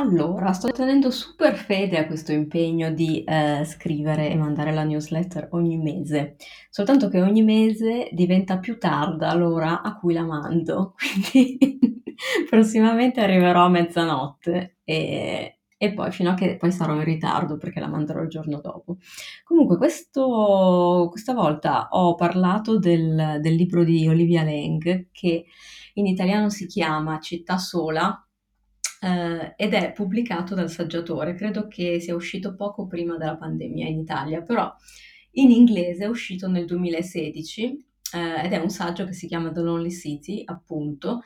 Allora, sto tenendo super fede a questo impegno di scrivere e mandare la newsletter ogni mese, soltanto che ogni mese diventa più tarda l'ora a cui la mando, quindi prossimamente arriverò a mezzanotte e poi fino a che poi sarò in ritardo perché la manderò il giorno dopo. Comunque, questa volta ho parlato del libro di Olivia Leng, che in italiano si chiama Città sola, ed è pubblicato dal Saggiatore. Credo che sia uscito poco prima della pandemia in Italia, però in inglese è uscito nel 2016, ed è un saggio che si chiama The Lonely City, appunto.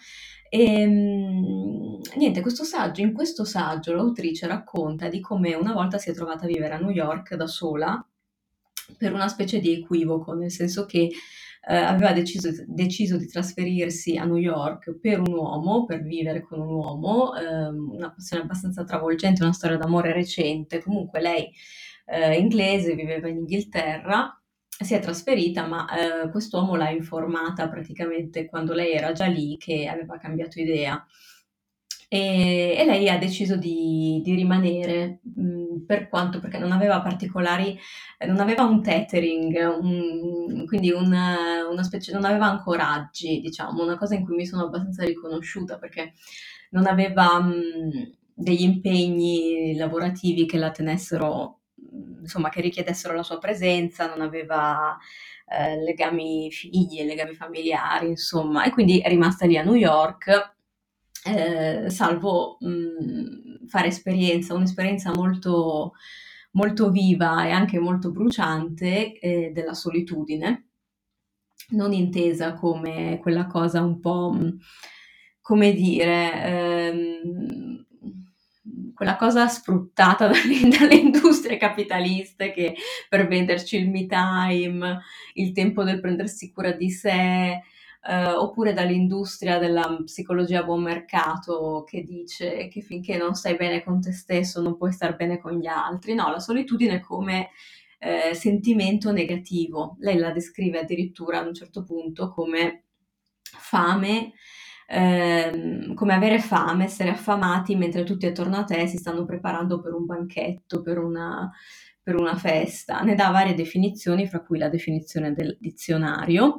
Niente, in questo saggio l'autrice racconta di come una volta si è trovata a vivere a New York da sola per una specie di equivoco, nel senso che aveva deciso di trasferirsi a New York per un uomo, per vivere con un uomo, una passione abbastanza travolgente, una storia d'amore recente. Comunque lei, inglese, viveva in Inghilterra, si è trasferita, ma quest'uomo l'ha informata praticamente quando lei era già lì che aveva cambiato idea. E lei ha deciso di rimanere, per quanto, perché non aveva particolari, non aveva un tethering, quindi una specie, non aveva ancoraggi, diciamo, una cosa in cui mi sono abbastanza riconosciuta perché non aveva degli impegni lavorativi che la tenessero, insomma, che richiedessero la sua presenza, non aveva legami figli, legami familiari, insomma, e quindi è rimasta lì a New York, salvo fare un'esperienza molto, molto viva e anche molto bruciante della solitudine, non intesa come quella cosa un po', come dire, quella cosa sfruttata dalle industrie capitaliste che per venderci il me time, il tempo del prendersi cura di sé, oppure dall'industria della psicologia a buon mercato che dice che finché non stai bene con te stesso non puoi star bene con gli altri. No, la solitudine come sentimento negativo. Lei la descrive addirittura ad un certo punto come fame, come avere fame, essere affamati mentre tutti attorno a te si stanno preparando per un banchetto, per una festa. Ne dà varie definizioni, fra cui la definizione del dizionario.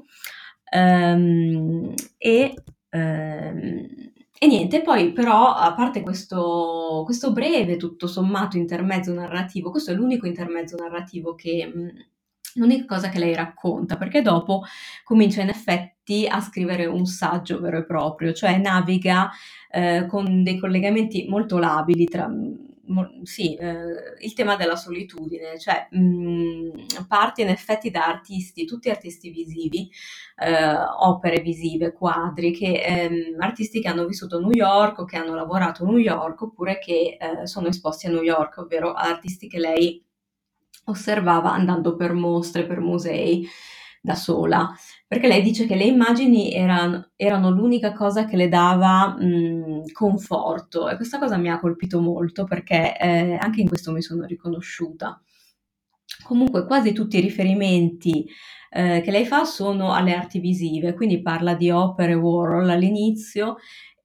Ehm, e, ehm, e niente, poi però, a parte questo breve, tutto sommato, intermezzo narrativo, questo è l'unico intermezzo narrativo l'unica cosa che lei racconta, perché dopo comincia in effetti a scrivere un saggio vero e proprio, cioè naviga con dei collegamenti molto labili tra, sì, il tema della solitudine, cioè parte in effetti da artisti, tutti artisti visivi, opere visive, quadri, artisti che hanno vissuto a New York o che hanno lavorato a New York oppure che sono esposti a New York, ovvero artisti che lei osservava andando per mostre, per musei da sola, perché lei dice che le immagini erano l'unica cosa che le dava conforto, e questa cosa mi ha colpito molto perché anche in questo mi sono riconosciuta. Comunque quasi tutti i riferimenti che lei fa sono alle arti visive, quindi parla di opere Warhol all'inizio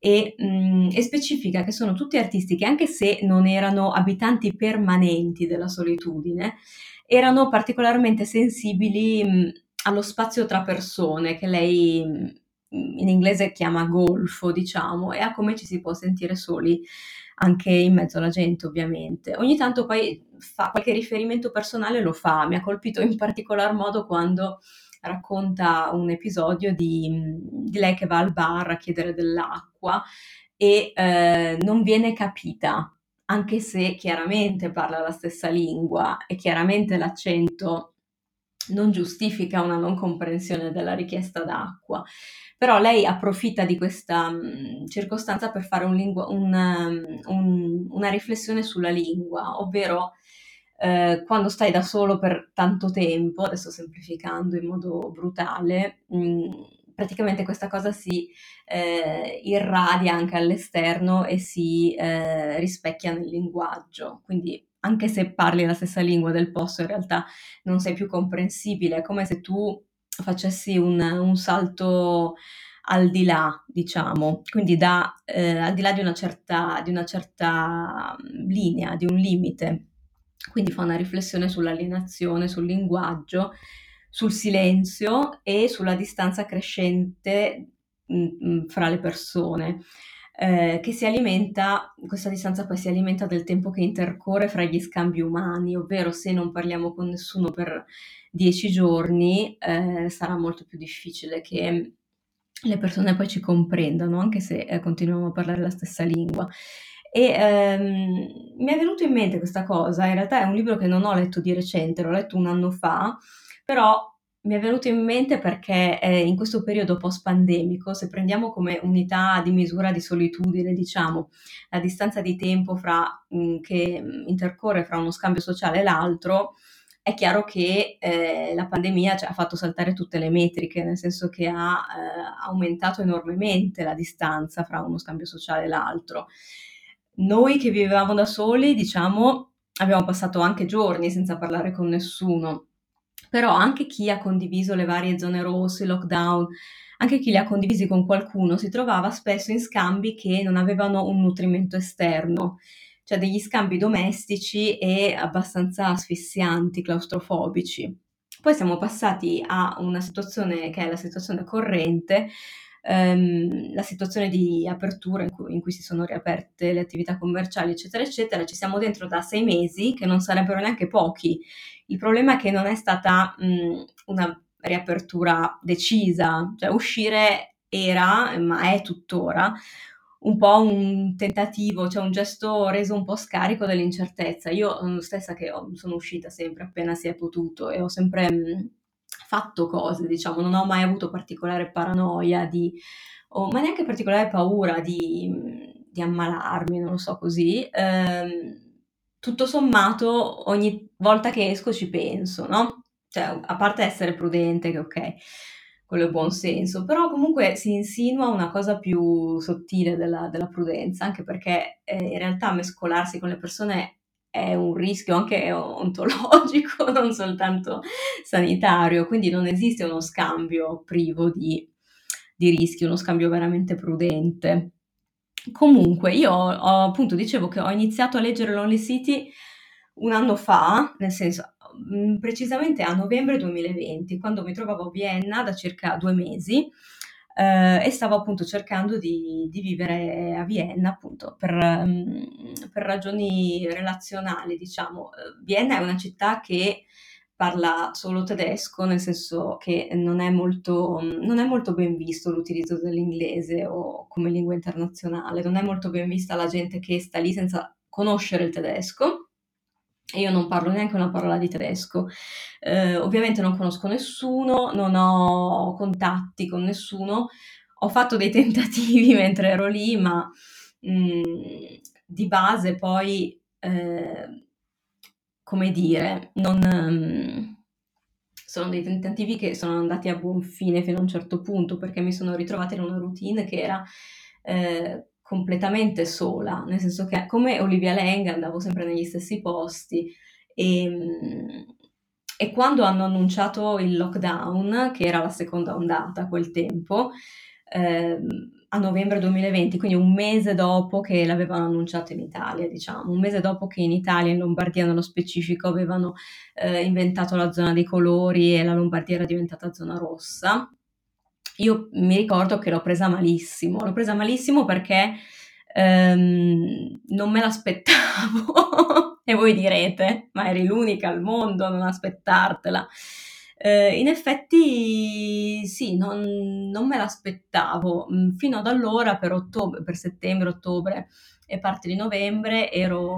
e specifica che sono tutti artisti che, anche se non erano abitanti permanenti della solitudine, erano particolarmente sensibili allo spazio tra persone, che lei in inglese chiama golfo, diciamo, e a come ci si può sentire soli anche in mezzo alla gente, ovviamente. Ogni tanto poi fa qualche riferimento personale, lo fa. Mi ha colpito in particolar modo quando racconta un episodio di lei che va al bar a chiedere dell'acqua e non viene capita, anche se chiaramente parla la stessa lingua e chiaramente l'accento non giustifica una non comprensione della richiesta d'acqua. Però lei approfitta di questa circostanza per fare una riflessione sulla lingua, ovvero quando stai da solo per tanto tempo, adesso semplificando in modo brutale, praticamente questa cosa si irradia anche all'esterno e si rispecchia nel linguaggio. Quindi anche se parli la stessa lingua del posto, in realtà non sei più comprensibile, è come se tu facessi un salto al di là, diciamo, quindi al di là di una certa linea, di un limite. Quindi fa una riflessione sull'alienazione, sul linguaggio, sul silenzio e sulla distanza crescente, fra le persone, che si alimenta questa distanza poi si alimenta del tempo che intercorre fra gli scambi umani, ovvero se non parliamo con nessuno per 10 giorni, sarà molto più difficile che le persone poi ci comprendano, anche se, continuiamo a parlare la stessa lingua. Mi è venuto in mente questa cosa, in realtà è un libro che non ho letto di recente, l'ho letto 1 anno fa, però mi è venuto in mente perché, in questo periodo post-pandemico, se prendiamo come unità di misura di solitudine, diciamo, la distanza di tempo che intercorre fra uno scambio sociale e l'altro, è chiaro che, la pandemia ha fatto saltare tutte le metriche, nel senso che ha, aumentato enormemente la distanza fra uno scambio sociale e l'altro. Noi che vivevamo da soli, diciamo, abbiamo passato anche giorni senza parlare con nessuno, però anche chi ha condiviso le varie zone rosse, i lockdown, anche chi li ha condivisi con qualcuno, si trovava spesso in scambi che non avevano un nutrimento esterno, cioè degli scambi domestici e abbastanza asfissianti, claustrofobici. Poi siamo passati a una situazione che è la situazione corrente, la situazione di apertura in cui si sono riaperte le attività commerciali, eccetera, eccetera. Ci siamo dentro da 6 mesi, che non sarebbero neanche pochi. Il problema è che non è stata, una riapertura decisa, cioè uscire era, ma è tuttora, un po' un tentativo, cioè un gesto reso un po' scarico dall'incertezza. Io, stessa che sono uscita sempre appena si è potuto e ho sempre, fatto cose, diciamo, non ho mai avuto particolare paranoia ma neanche particolare paura di ammalarmi, non lo so, così. Tutto sommato ogni volta che esco ci penso, no, cioè a parte essere prudente che okay, quello è buon senso, però comunque si insinua una cosa più sottile della prudenza, anche perché, in realtà mescolarsi con le persone è un rischio anche ontologico, non soltanto sanitario, quindi non esiste uno scambio privo di rischi, uno scambio veramente prudente. Comunque io appunto dicevo che ho iniziato a leggere Lonely City 1 anno fa, nel senso, precisamente a novembre 2020, quando mi trovavo a Vienna da circa 2 mesi, e stavo appunto cercando di vivere a Vienna appunto per ragioni relazionali diciamo. Vienna è una città che parla solo tedesco, nel senso che non è molto ben visto l'utilizzo dell'inglese o come lingua internazionale, non è molto ben vista la gente che sta lì senza conoscere il tedesco e io non parlo neanche una parola di tedesco. Ovviamente non conosco nessuno, non ho contatti con nessuno. Ho fatto dei tentativi mentre ero lì, ma, di base poi, come dire, non sono dei tentativi che sono andati a buon fine fino a un certo punto, perché mi sono ritrovata in una routine che era, completamente sola, nel senso che come Olivia Lang andavo sempre negli stessi posti, ehm, e quando hanno annunciato il lockdown, che era la seconda ondata a quel tempo, a novembre 2020, quindi un mese dopo che l'avevano annunciato in Italia, diciamo, un mese dopo che in Italia, in Lombardia nello specifico, avevano inventato la zona dei colori e la Lombardia era diventata zona rossa. Io mi ricordo che l'ho presa malissimo perché, non me l'aspettavo e voi direte: "Ma eri l'unica al mondo a non aspettartela". In effetti sì, non me l'aspettavo. Fino ad allora per settembre, ottobre e parte di novembre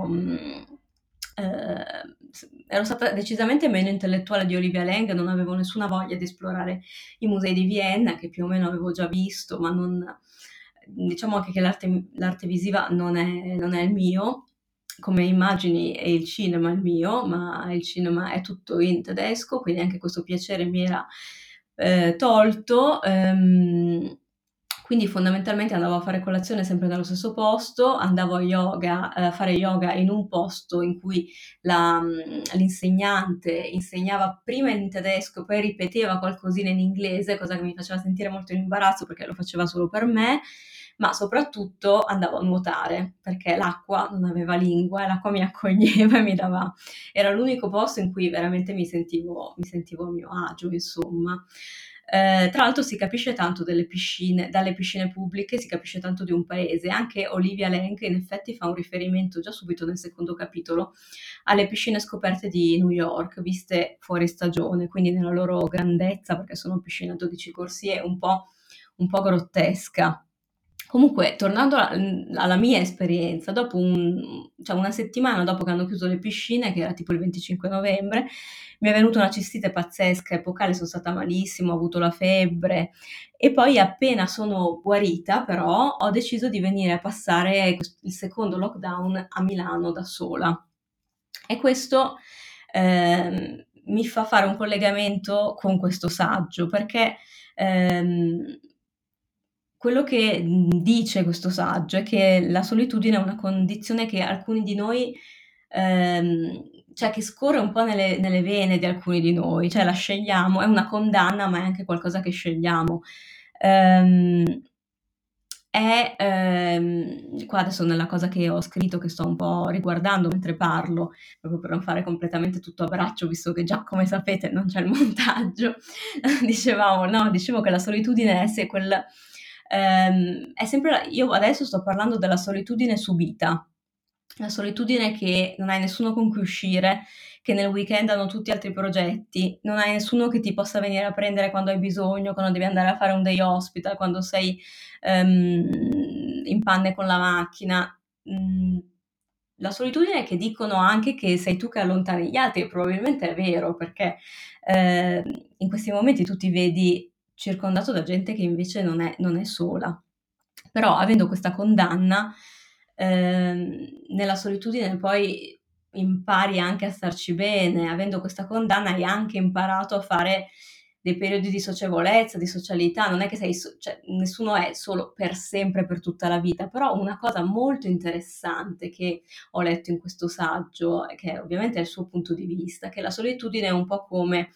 ero stata decisamente meno intellettuale di Olivia Lang, non avevo nessuna voglia di esplorare i musei di Vienna, che più o meno avevo già visto, ma non diciamo anche che l'arte visiva non è il mio, come immagini è il cinema il mio, ma il cinema è tutto in tedesco, quindi anche questo piacere mi era, tolto. Quindi fondamentalmente andavo a fare colazione sempre nello stesso posto, andavo a yoga, a fare yoga in un posto in cui l'insegnante insegnava prima in tedesco, poi ripeteva qualcosina in inglese, cosa che mi faceva sentire molto in imbarazzo perché lo faceva solo per me, ma soprattutto andavo a nuotare perché l'acqua non aveva lingua e l'acqua mi accoglieva e era l'unico posto in cui veramente mi sentivo a mio agio, insomma. Tra l'altro si capisce tanto dalle piscine pubbliche, si capisce tanto di un paese. Anche Olivia Lenk in effetti fa un riferimento già subito nel secondo capitolo alle piscine scoperte di New York, viste fuori stagione, quindi nella loro grandezza, perché sono piscine a 12 corsie, un po' grottesca. Comunque, tornando alla mia esperienza, cioè una settimana dopo che hanno chiuso le piscine, che era tipo il 25 novembre, mi è venuta una cistite pazzesca, epocale, sono stata malissimo, ho avuto la febbre e poi appena sono guarita, però, ho deciso di venire a passare il secondo lockdown a Milano da sola. E questo mi fa fare un collegamento con questo saggio, perché ehm, quello che dice questo saggio è che la solitudine è una condizione che alcuni di noi, cioè che scorre un po' nelle vene di alcuni di noi, cioè la scegliamo, è una condanna, ma è anche qualcosa che scegliamo. Ehm, qua adesso nella cosa che ho scritto, che sto un po' riguardando mentre parlo, proprio per non fare completamente tutto a braccio, visto che già come sapete non c'è il montaggio, dicevo che la solitudine è sempre io adesso sto parlando della solitudine subita, la solitudine che non hai nessuno con cui uscire, che nel weekend hanno tutti altri progetti, non hai nessuno che ti possa venire a prendere quando hai bisogno, quando devi andare a fare un day hospital, quando sei in panne con la macchina. Mhmm, la solitudine è che dicono anche che sei tu che allontani gli altri, e probabilmente è vero, perché, in questi momenti tu ti vedi circondato da gente che invece non è sola. Però avendo questa condanna, nella solitudine poi impari anche a starci bene. Avendo questa condanna hai anche imparato a fare dei periodi di socievolezza, di socialità, non è che cioè nessuno è solo per sempre, per tutta la vita, però una cosa molto interessante che ho letto in questo saggio, e che ovviamente è il suo punto di vista, che la solitudine è un po' come,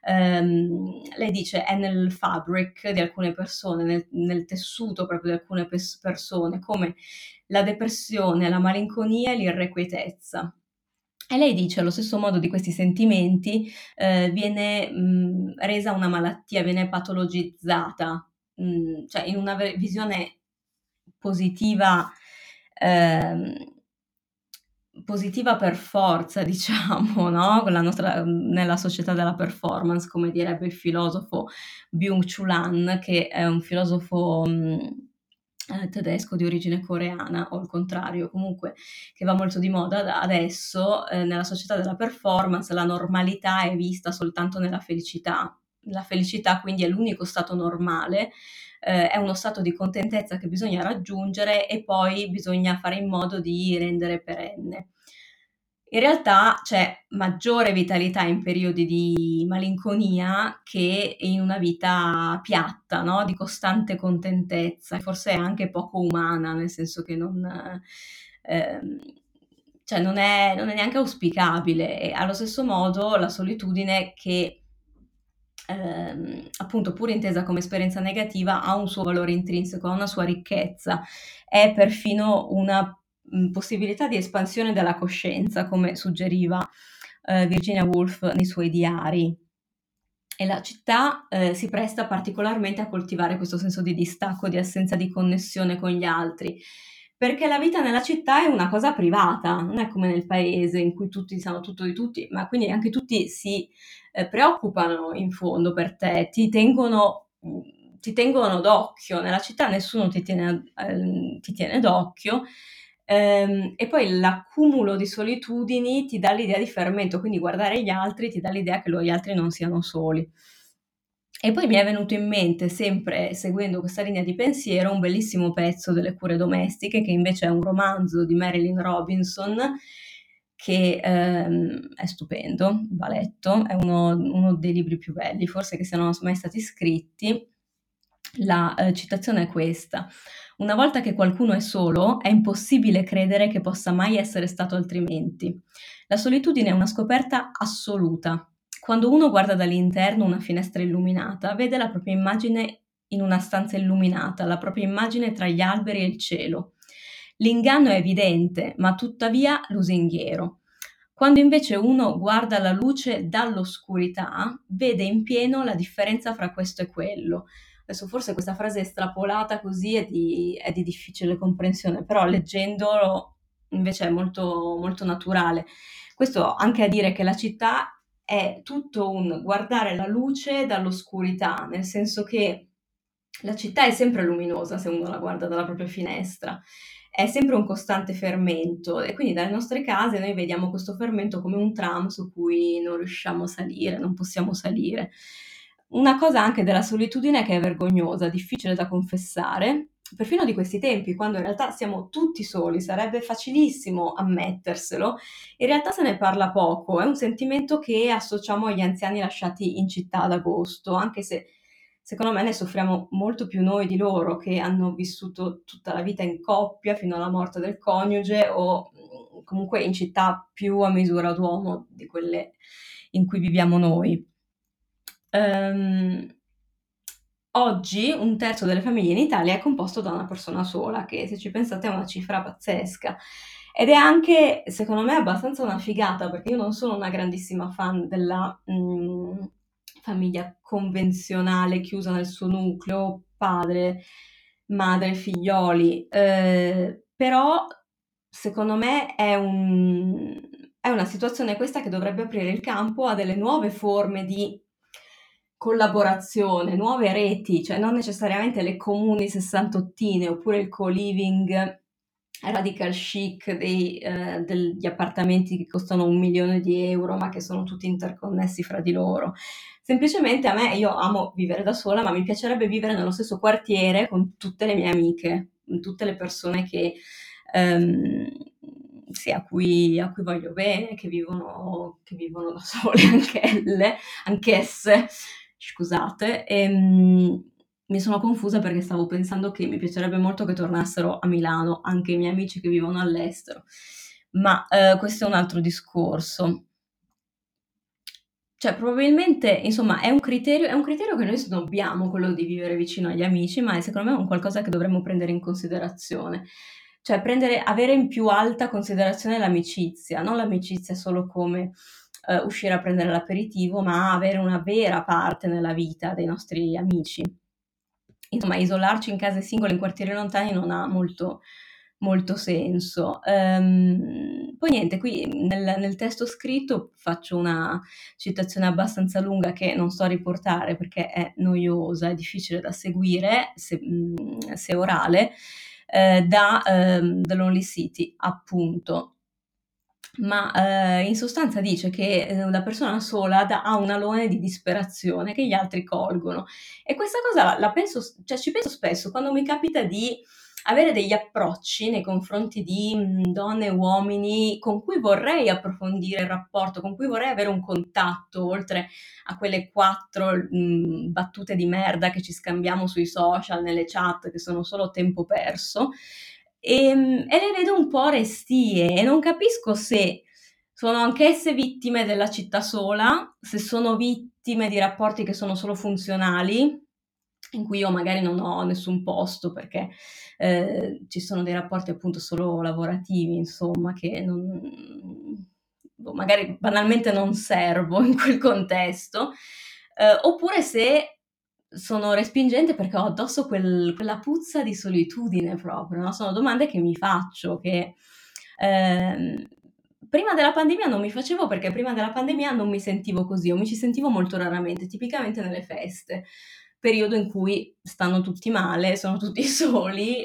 lei dice, è nel fabric di alcune persone, nel tessuto proprio di alcune persone, come la depressione, la malinconia e l'irrequietezza. E lei dice allo stesso modo di questi sentimenti, viene, resa una malattia, viene patologizzata, cioè in una visione positiva, ehm, positiva per forza diciamo, no, con la nostra nella società della performance, come direbbe il filosofo Byung-Chul Han, che è un filosofo, tedesco di origine coreana o il contrario, comunque che va molto di moda adesso, nella società della performance la normalità è vista soltanto nella felicità. La felicità quindi è l'unico stato normale, è uno stato di contentezza che bisogna raggiungere e poi bisogna fare in modo di rendere perenne. In realtà c'è maggiore vitalità in periodi di malinconia che in una vita piatta, no, di costante contentezza e forse anche poco umana, nel senso che ehm, cioè non è neanche auspicabile. E allo stesso modo la solitudine che, appunto pur intesa come esperienza negativa, ha un suo valore intrinseco, ha una sua ricchezza, è perfino una possibilità di espansione della coscienza, come suggeriva Virginia Woolf nei suoi diari. E la città si presta particolarmente a coltivare questo senso di distacco, di assenza di connessione con gli altri, perché la vita nella città è una cosa privata, non è come nel paese in cui tutti sanno tutto di tutti, ma quindi anche tutti si preoccupano in fondo per te, ti tengono d'occhio. Nella città nessuno ti tiene d'occhio, e poi l'accumulo di solitudini ti dà l'idea di fermento, quindi guardare gli altri ti dà l'idea che gli altri non siano soli. E poi mi è venuto in mente, sempre seguendo questa linea di pensiero, un bellissimo pezzo delle cure domestiche, che invece è un romanzo di Marilyn Robinson, che è stupendo, va letto, è uno dei libri più belli, forse che siano mai stati scritti, Citazione è questa: "Una volta che qualcuno è solo, è impossibile credere che possa mai essere stato altrimenti. La solitudine è una scoperta assoluta. Quando uno guarda dall'interno una finestra illuminata, vede la propria immagine in una stanza illuminata, la propria immagine tra gli alberi e il cielo. L'inganno è evidente, ma tuttavia lusinghiero. Quando invece uno guarda la luce dall'oscurità, vede in pieno la differenza fra questo e quello." Adesso forse questa frase estrapolata così è di difficile comprensione, però leggendolo invece è molto, molto naturale. Questo anche a dire che la città è tutto un guardare la luce dall'oscurità, nel senso che la città è sempre luminosa se uno la guarda dalla propria finestra, è sempre un costante fermento e quindi dalle nostre case noi vediamo questo fermento come un tram su cui non riusciamo a salire, non possiamo salire. Una cosa anche della solitudine che è vergognosa, difficile da confessare, perfino di questi tempi, quando in realtà siamo tutti soli, sarebbe facilissimo ammetterselo, in realtà se ne parla poco, è un sentimento che associamo agli anziani lasciati in città ad agosto, anche se secondo me ne soffriamo molto più noi di loro che hanno vissuto tutta la vita in coppia fino alla morte del coniuge o comunque in città più a misura d'uomo di quelle in cui viviamo noi. Ehm, Oggi un terzo delle famiglie in Italia è composto da una persona sola, che se ci pensate è una cifra pazzesca. Ed è anche, secondo me, abbastanza una figata, perché io non sono una grandissima fan della famiglia convenzionale chiusa nel suo nucleo, padre, madre, figlioli, però secondo me è una situazione questa che dovrebbe aprire il campo a delle nuove forme di collaborazione, nuove reti, cioè non necessariamente le comuni sessantottine oppure il co-living radical chic degli appartamenti che costano 1 milione di euro ma che sono tutti interconnessi fra di loro. Semplicemente io amo vivere da sola, ma mi piacerebbe vivere nello stesso quartiere con tutte le mie amiche, con tutte le persone ehm, sì, a cui voglio bene, che vivono da sole anch'esse, scusate. Mi sono confusa perché stavo pensando che mi piacerebbe molto che tornassero a Milano anche i miei amici che vivono all'estero, ma questo è un altro discorso. Cioè probabilmente, insomma, è un criterio che noi snobbiamo quello di vivere vicino agli amici, ma è secondo me un qualcosa che dovremmo prendere in considerazione. Cioè avere in più alta considerazione l'amicizia, non l'amicizia solo come, uscire a prendere l'aperitivo, ma avere una vera parte nella vita dei nostri amici. Insomma, isolarci in case singole, in quartieri lontani non ha molto molto senso. Poi niente, qui nel testo scritto faccio una citazione abbastanza lunga che non sto a riportare perché è noiosa, è difficile da seguire se orale, da The Lonely City, appunto. Ma, in sostanza dice che, la persona sola ha un alone di disperazione che gli altri colgono. E questa cosa la penso cioè ci penso spesso quando mi capita di avere degli approcci nei confronti di, donne e uomini con cui vorrei approfondire il rapporto, con cui vorrei avere un contatto, oltre a quelle 4, battute di merda che ci scambiamo sui social, nelle chat, che sono solo tempo perso. E le vedo un po' restie e non capisco se sono anch'esse vittime della città sola, se sono vittime di rapporti che sono solo funzionali, in cui io magari non ho nessun posto perché, ci sono dei rapporti appunto solo lavorativi, insomma, che boh, magari banalmente non servo in quel contesto, oppure se sono respingente perché ho addosso quella puzza di solitudine proprio, no, sono domande che mi faccio, che, ehm, prima della pandemia non mi facevo perché prima della pandemia non mi sentivo così, o mi ci sentivo molto raramente, tipicamente nelle feste, periodo in cui stanno tutti male, sono tutti soli,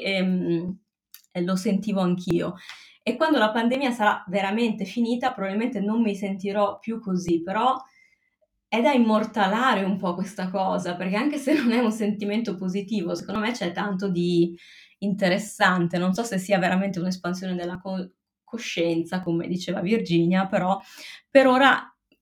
e lo sentivo anch'io. E quando la pandemia sarà veramente finita, probabilmente non mi sentirò più così, però è da immortalare un po' questa cosa, perché anche se non è un sentimento positivo, secondo me c'è tanto di interessante. Non so se sia veramente un'espansione della coscienza, come diceva Virginia, però per ora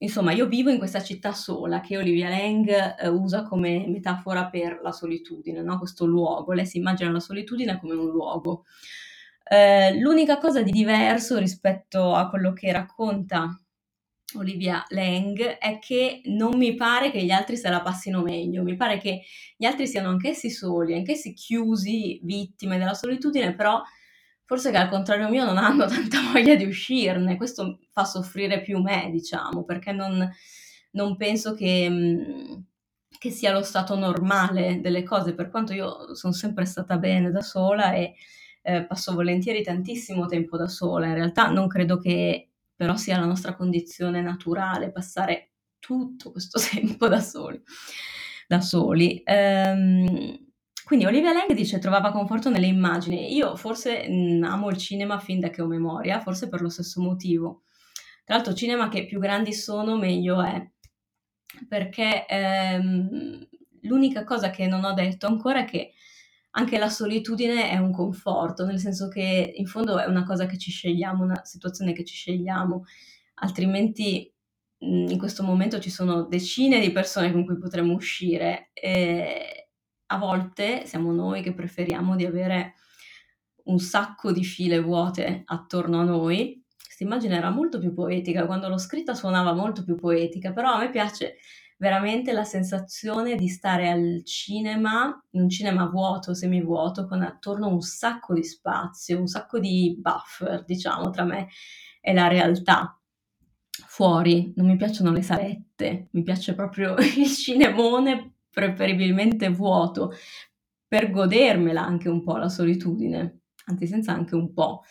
insomma, io vivo in questa città sola che Olivia Lang, usa come metafora per la solitudine, no, questo luogo. Lei si immagina la solitudine come un luogo. L'unica cosa di diverso rispetto a quello che racconta Olivia Lang è che non mi pare che gli altri se la passino meglio, mi pare che gli altri siano anch'essi soli, anch'essi chiusi, vittime della solitudine, però forse che al contrario mio non hanno tanta voglia di uscirne. Questo fa soffrire più me, diciamo, perché non penso che sia lo stato normale delle cose, per quanto io son sempre stata bene da sola e passo volentieri tantissimo tempo da sola. In realtà non credo che però sia la nostra condizione naturale passare tutto questo tempo da soli. Quindi Olivia Lang dice: "Trovava conforto nelle immagini". Io forse, amo il cinema fin da che ho memoria, forse per lo stesso motivo. Tra l'altro cinema che più grandi sono meglio è, perché, l'unica cosa che non ho detto ancora è che anche la solitudine è un conforto, nel senso che in fondo è una cosa che ci scegliamo, una situazione che ci scegliamo, altrimenti, in questo momento ci sono decine di persone con cui potremmo uscire, a volte siamo noi che preferiamo di avere un sacco di file vuote attorno a noi. Quest'immagine era molto più poetica, quando l'ho scritta suonava molto più poetica, però a me piace veramente la sensazione di stare al cinema, in un cinema vuoto, semivuoto, con attorno un sacco di spazio, un sacco di buffer, diciamo, tra me e la realtà. Fuori non mi piacciono le salette, mi piace proprio il cinemone preferibilmente vuoto, per godermela anche un po' la solitudine, anzi senza anche un po'.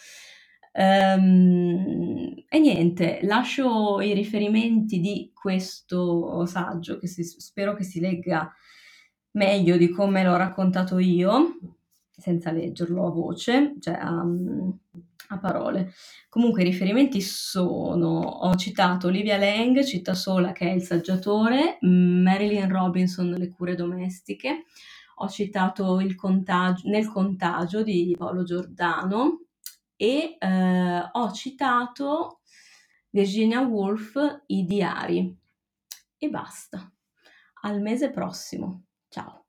E niente, lascio i riferimenti di questo saggio che spero che si legga meglio di come l'ho raccontato io, senza leggerlo a voce, cioè a parole. Comunque i riferimenti sono: ho citato Olivia Lang, Città sola, che è Il saggiatore, Marilyn Robinson, Le cure domestiche, ho citato Nel contagio di Paolo Giordano e ho citato Virginia Woolf, I diari. E basta. Al mese prossimo. Ciao.